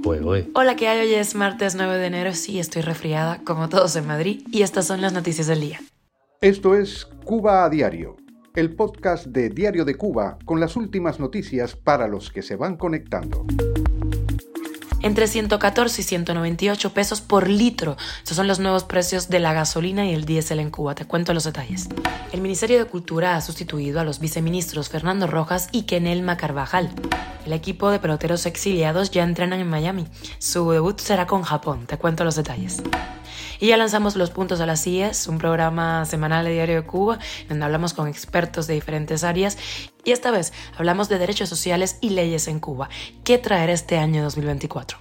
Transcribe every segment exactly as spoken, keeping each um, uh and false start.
Ué, ué. Hola, ¿qué hay? Hoy es martes nueve de enero, sí, estoy resfriada, como todos en Madrid, y estas son las noticias del día. Esto es Cuba a Diario, el podcast de Diario de Cuba con las últimas noticias para los que se van conectando. Entre ciento catorce y ciento noventa y ocho pesos por litro. Estos son los nuevos precios de la gasolina y el diésel en Cuba. Te cuento los detalles. El Ministerio de Cultura ha sustituido a los viceministros Fernando Rojas y Kenelma Carvajal. El equipo de peloteros exiliados ya entrenan en Miami. Su debut será con Japón. Te cuento los detalles. Y ya lanzamos Los Puntos a las I E S, un programa semanal de Diario de Cuba, donde hablamos con expertos de diferentes áreas. Y esta vez hablamos de derechos sociales y leyes en Cuba. ¿Qué traerá este año dos mil veinticuatro?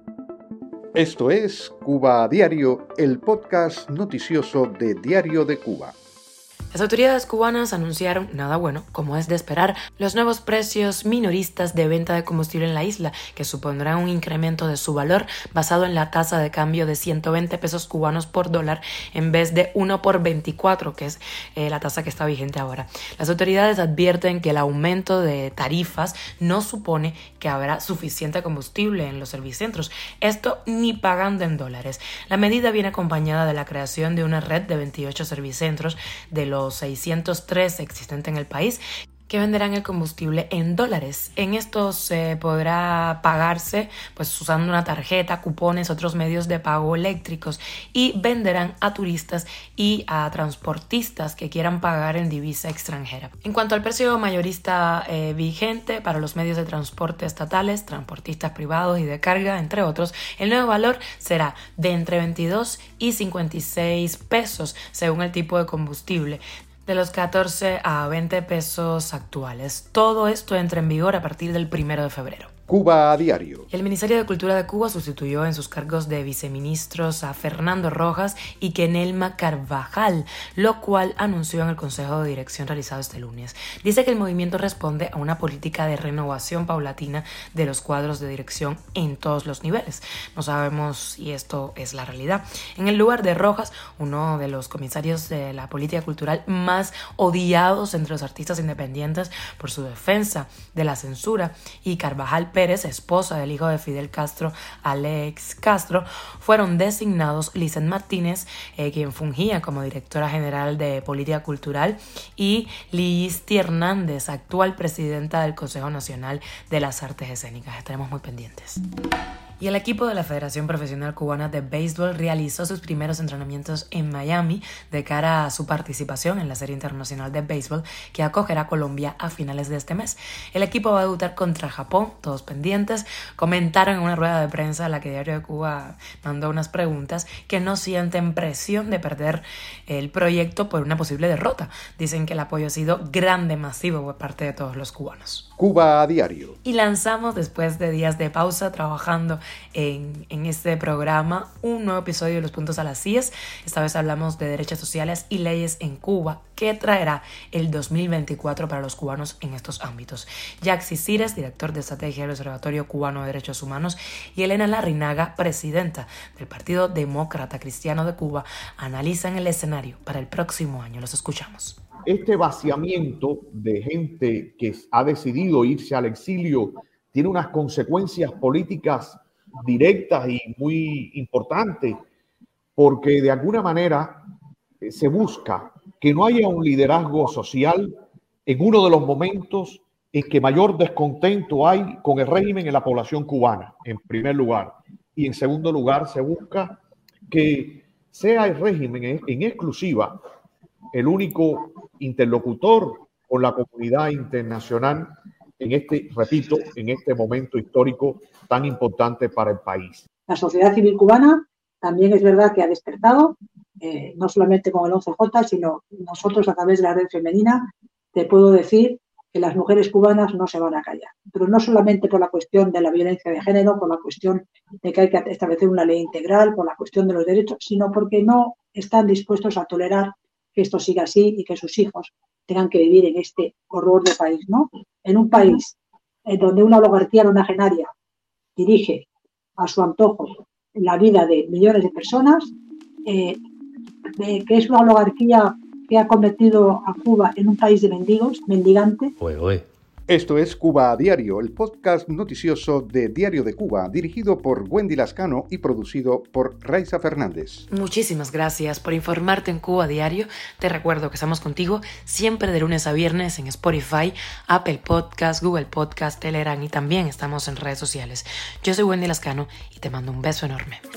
Esto es Cuba a Diario, el podcast noticioso de Diario de Cuba. Las autoridades cubanas anunciaron, nada bueno, como es de esperar, los nuevos precios minoristas de venta de combustible en la isla, que supondrán un incremento de su valor basado en la tasa de cambio de ciento veinte pesos cubanos por dólar en vez de uno por veinticuatro, que es eh, la tasa que está vigente ahora. Las autoridades advierten que el aumento de tarifas no supone que habrá suficiente combustible en los servicentros, esto ni pagando en dólares. La medida viene acompañada de la creación de una red de veintiocho servicentros de los seiscientos tres existentes en el país, que venderán el combustible en dólares. En estos eh, podrá pagarse pues usando una tarjeta, cupones, otros medios de pago eléctricos, y venderán a turistas y a transportistas que quieran pagar en divisa extranjera. En cuanto al precio mayorista eh, vigente para los medios de transporte estatales, transportistas privados y de carga, entre otros, el nuevo valor será de entre veintidós y cincuenta y seis pesos según el tipo de combustible, de los catorce a veinte pesos actuales. Todo esto entra en vigor a partir del primero de febrero. Cuba a Diario. El Ministerio de Cultura de Cuba sustituyó en sus cargos de viceministros a Fernando Rojas y Kenelma Carvajal, lo cual anunció en el Consejo de Dirección realizado este lunes. Dice que el movimiento responde a una política de renovación paulatina de los cuadros de dirección en todos los niveles. No sabemos si esto es la realidad. En el lugar de Rojas, uno de los comisarios de la política cultural más odiados entre los artistas independientes por su defensa de la censura, y Carvajal Pérez, esposa del hijo de Fidel Castro, Alex Castro, fueron designados Licen Martínez, eh, quien fungía como directora general de Política Cultural, y Listi Hernández, actual presidenta del Consejo Nacional de las Artes Escénicas. Estaremos muy pendientes. Y el equipo de la Federación Profesional Cubana de Béisbol realizó sus primeros entrenamientos en Miami de cara a su participación en la Serie Internacional de Béisbol que acogerá Colombia a finales de este mes. El equipo va a debutar contra Japón, todos pendientes. Comentaron en una rueda de prensa a la que Diario de Cuba mandó unas preguntas que no sienten presión de perder el proyecto por una posible derrota. Dicen que el apoyo ha sido grande, masivo por parte de todos los cubanos. Cuba a Diario. Y lanzamos, después de días de pausa trabajando en, en este programa, un nuevo episodio de Los Puntos a las I E S. Esta vez hablamos de derechos sociales y leyes en Cuba. ¿Qué traerá el dos mil veinticuatro para los cubanos en estos ámbitos? Yaxi Cires, director de estrategia del Observatorio Cubano de Derechos Humanos, y Elena Larrinaga, presidenta del Partido Demócrata Cristiano de Cuba, analizan el escenario para el próximo año. Los escuchamos. Este vaciamiento de gente que ha decidido irse al exilio tiene unas consecuencias políticas directas y muy importantes, porque de alguna manera se busca que no haya un liderazgo social en uno de los momentos en que mayor descontento hay con el régimen en la población cubana, en primer lugar. Y en segundo lugar, se busca que sea el régimen en exclusiva el único interlocutor con la comunidad internacional en este, repito, en este momento histórico tan importante para el país. La sociedad civil cubana también es verdad que ha despertado, eh, no solamente con el once jota, sino nosotros a través de la red femenina. Te puedo decir que las mujeres cubanas no se van a callar, pero no solamente por la cuestión de la violencia de género, por la cuestión de que hay que establecer una ley integral, por la cuestión de los derechos, sino porque no están dispuestos a tolerar que esto siga así y que sus hijos tengan que vivir en este horror de país, ¿no? En un país en donde una oligarquía nonagenaria dirige a su antojo la vida de millones de personas, eh, de, que es una oligarquía que ha convertido a Cuba en un país de mendigos, mendigante. Ué, ué. Esto es Cuba a Diario, el podcast noticioso de Diario de Cuba, dirigido por Wendy Lascano y producido por Raiza Fernández. Muchísimas gracias por informarte en Cuba a Diario. Te recuerdo que estamos contigo siempre de lunes a viernes en Spotify, Apple Podcast, Google Podcast, Telegram y también estamos en redes sociales. Yo soy Wendy Lascano y te mando un beso enorme.